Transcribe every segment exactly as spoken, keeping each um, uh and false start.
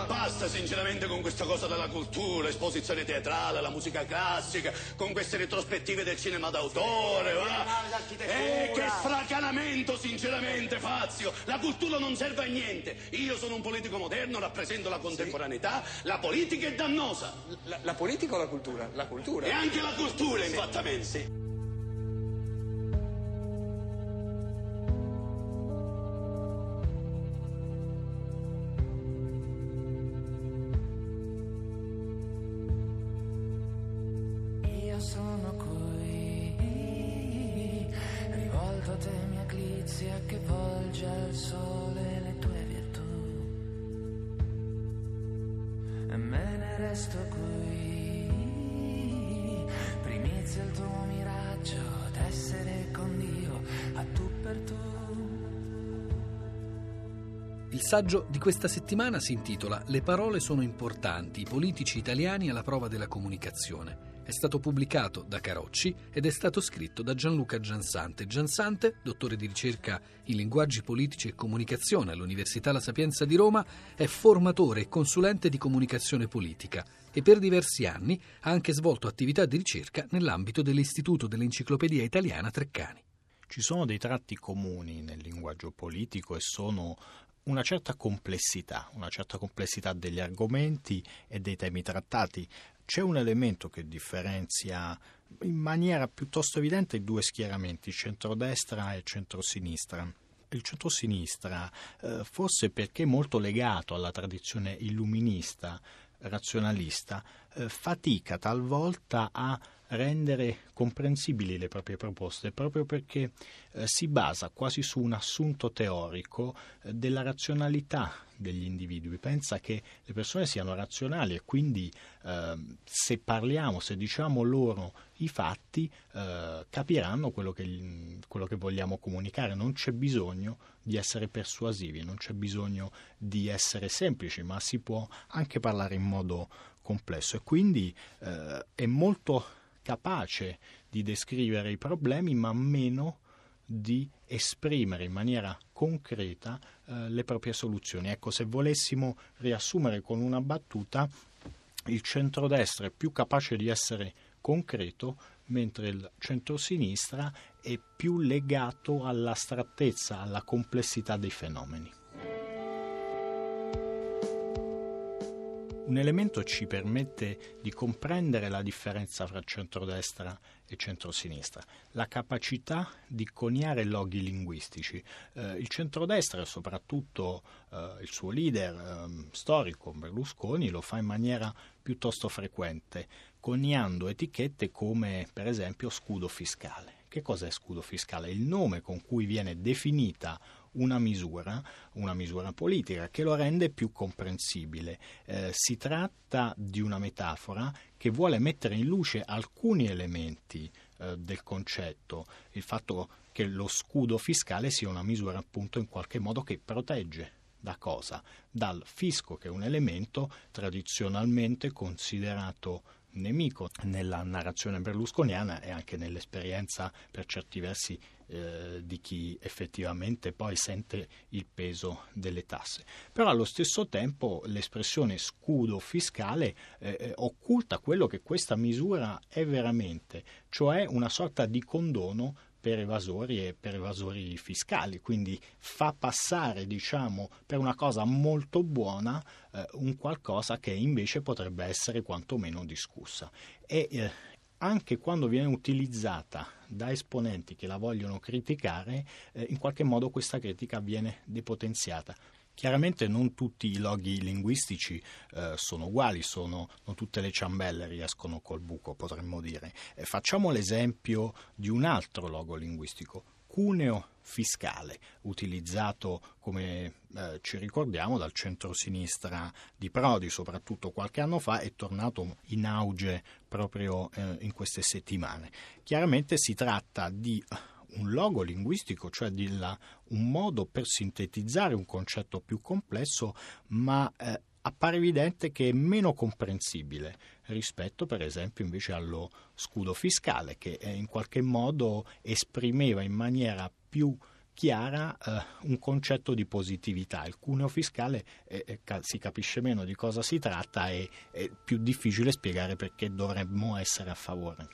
Ma basta sinceramente con questa cosa della cultura, esposizione teatrale, la musica classica, con queste retrospettive del cinema d'autore, va? Eh, che sfracanamento sinceramente, Fazio. La cultura non serve a niente. Io sono un politico moderno, rappresento la contemporaneità. Sì. La politica è dannosa. La, la politica o la cultura? La cultura. E anche la cultura, sì. Esattamente. Sì. Sono qui, rivolto a te mia clizia che volge al sole le tue virtù, e me ne resto qui, primizia il tuo miraggio d'essere con Dio a tu per tu. Il saggio di questa settimana si intitola Le parole sono importanti, i politici italiani alla prova della comunicazione. È stato pubblicato da Carocci ed è stato scritto da Gianluca Giansante. Giansante, dottore di ricerca in linguaggi politici e comunicazione all'Università La Sapienza di Roma, è formatore e consulente di comunicazione politica e per diversi anni ha anche svolto attività di ricerca nell'ambito dell'Istituto dell'Enciclopedia Italiana Treccani. Ci sono dei tratti comuni nel linguaggio politico e sono una certa complessità, una certa complessità degli argomenti e dei temi trattati. C'è un elemento che differenzia in maniera piuttosto evidente i due schieramenti, centrodestra e centrosinistra. Il centrosinistra, eh, forse perché molto legato alla tradizione illuminista, razionalista, eh, fatica talvolta a rendere comprensibili le proprie proposte proprio perché eh, si basa quasi su un assunto teorico eh, della razionalità degli individui. Pensa che le persone siano razionali e quindi eh, se parliamo, se diciamo loro i fatti, eh, capiranno quello che, quello che vogliamo comunicare. Non c'è bisogno di essere persuasivi, non c'è bisogno di essere semplici, ma si può anche parlare in modo complesso e quindi eh, è molto capace di descrivere i problemi ma meno di esprimere in maniera concreta eh, le proprie soluzioni. Ecco, se volessimo riassumere con una battuta, il centrodestra è più capace di essere concreto, mentre il centrosinistra è più legato all'astrattezza, alla complessità dei fenomeni. Un elemento ci permette di comprendere la differenza fra centrodestra e centrosinistra, la capacità di coniare loghi linguistici. Eh, il centrodestra e soprattutto eh, il suo leader eh, storico Berlusconi lo fa in maniera piuttosto frequente, coniando etichette come per esempio scudo fiscale. Che cos'è scudo fiscale? Il nome con cui viene definita una misura, una misura politica che lo rende più comprensibile. Eh, si tratta di una metafora che vuole mettere in luce alcuni elementi eh, del concetto, il fatto che lo scudo fiscale sia una misura appunto in qualche modo che protegge. Da cosa? Dal fisco, che è un elemento tradizionalmente considerato nemico nella narrazione berlusconiana e anche nell'esperienza per certi versi eh, di chi effettivamente poi sente il peso delle tasse. Però allo stesso tempo l'espressione scudo fiscale eh, occulta quello che questa misura è veramente, cioè una sorta di condono per evasori e per evasori fiscali, quindi fa passare, diciamo, per una cosa molto buona eh, un qualcosa che invece potrebbe essere quantomeno discussa. E eh, anche quando viene utilizzata da esponenti che la vogliono criticare, eh, in qualche modo questa critica viene depotenziata. Chiaramente non tutti i loghi linguistici eh, sono uguali, sono, non tutte le ciambelle riescono col buco, potremmo dire. Eh, facciamo l'esempio di un altro logo linguistico, cuneo fiscale, utilizzato, come eh, ci ricordiamo, dal centrosinistra di Prodi, soprattutto qualche anno fa, è tornato in auge proprio eh, in queste settimane. Chiaramente si tratta di un logo linguistico, cioè di la, un modo per sintetizzare un concetto più complesso, ma eh, appare evidente che è meno comprensibile rispetto per esempio invece allo scudo fiscale, che eh, in qualche modo esprimeva in maniera più chiara eh, un concetto di positività. Il cuneo fiscale eh, eh, si capisce meno di cosa si tratta e è più difficile spiegare perché dovremmo essere a favore.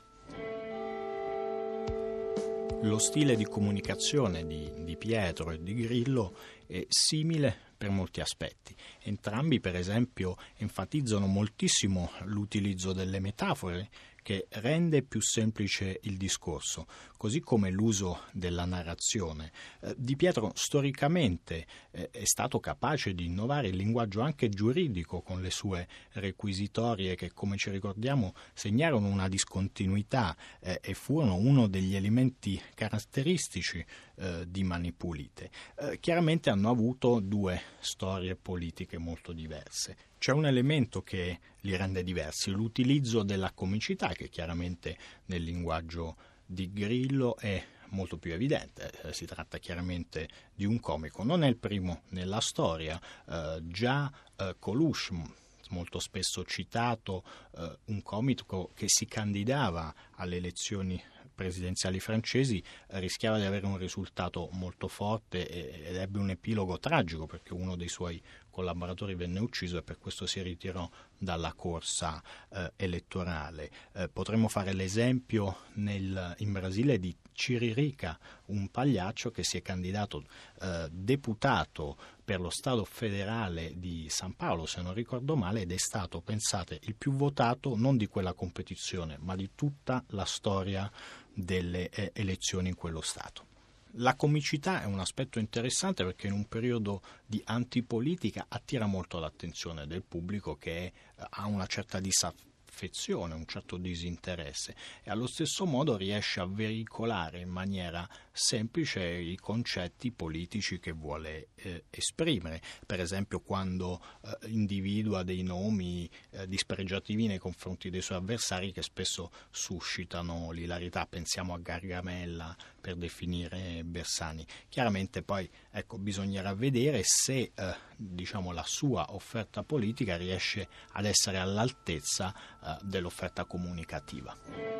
Lo stile di comunicazione di, di Pietro e di Grillo è simile per molti aspetti. Entrambi, per esempio, enfatizzano moltissimo l'utilizzo delle metafore, che rende più semplice il discorso, così come l'uso della narrazione. Eh, Di Pietro storicamente eh, è stato capace di innovare il linguaggio anche giuridico con le sue requisitorie che, come ci ricordiamo, segnarono una discontinuità eh, e furono uno degli elementi caratteristici eh, di Mani Pulite. Eh, chiaramente hanno avuto due storie politiche molto diverse. C'è un elemento che li rende diversi, l'utilizzo della comicità, che chiaramente nel linguaggio di Grillo è molto più evidente. Eh, si tratta chiaramente di un comico, non è il primo nella storia. Eh, già eh, Coluche, molto spesso citato, eh, un comico che si candidava alle elezioni presidenziali francesi, eh, rischiava di avere un risultato molto forte e, ed ebbe un epilogo tragico, perché uno dei suoi collaboratori venne ucciso e per questo si ritirò dalla corsa eh, elettorale. Eh, potremmo fare l'esempio nel, in Brasile di Tiririca, un pagliaccio che si è candidato eh, deputato per lo Stato federale di San Paolo, se non ricordo male, ed è stato, pensate, il più votato non di quella competizione, ma di tutta la storia delle eh, elezioni in quello Stato. La comicità è un aspetto interessante perché in un periodo di antipolitica attira molto l'attenzione del pubblico, che eh, ha una certa disaffezione, un certo disinteresse, e allo stesso modo riesce a veicolare in maniera semplice i concetti politici che vuole eh, esprimere. Per esempio, quando eh, individua dei nomi eh, dispregiativi nei confronti dei suoi avversari, che spesso suscitano l'ilarità. Pensiamo a Gargamella per definire Bersani. Chiaramente poi ecco, bisognerà vedere se eh, diciamo, la sua offerta politica riesce ad essere all'altezza eh, dell'offerta comunicativa.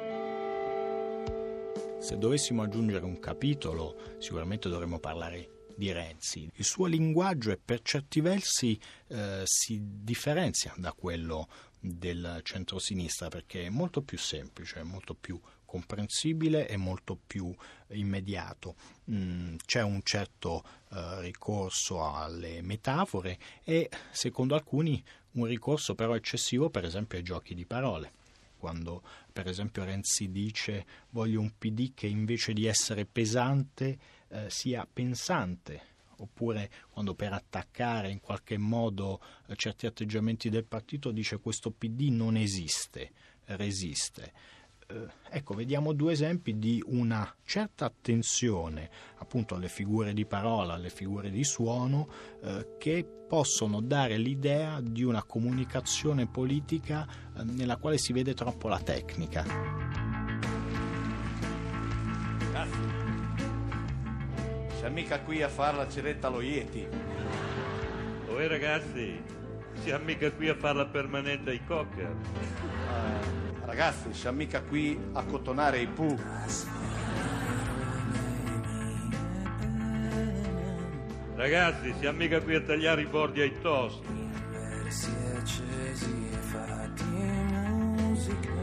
Se dovessimo aggiungere un capitolo, sicuramente dovremmo parlare di Renzi. Il suo linguaggio è, per certi versi eh, si differenzia da quello del centrosinistra, perché è molto più semplice, molto più comprensibile e molto più immediato. Mm, c'è un certo eh, ricorso alle metafore e, secondo alcuni, un ricorso però eccessivo, per esempio, ai giochi di parole. Quando, per esempio, Renzi dice voglio un P D che invece di essere pesante eh, sia pensante, oppure quando per attaccare in qualche modo eh, certi atteggiamenti del partito dice questo P D non esiste, resiste. Eh, ecco, vediamo due esempi di una certa attenzione appunto alle figure di parola, alle figure di suono, eh, che possono dare l'idea di una comunicazione politica eh, nella quale si vede troppo la tecnica. Grazie. Siamo mica qui a fare la ceretta allo Yeti. Oh ragazzi, siamo mica qui a fare la permanente ai cocker. Uh, ragazzi, siamo mica qui a cottonare i Pooh. Ragazzi, siamo mica qui a tagliare i bordi ai toast. Versi accesi e fatti musica.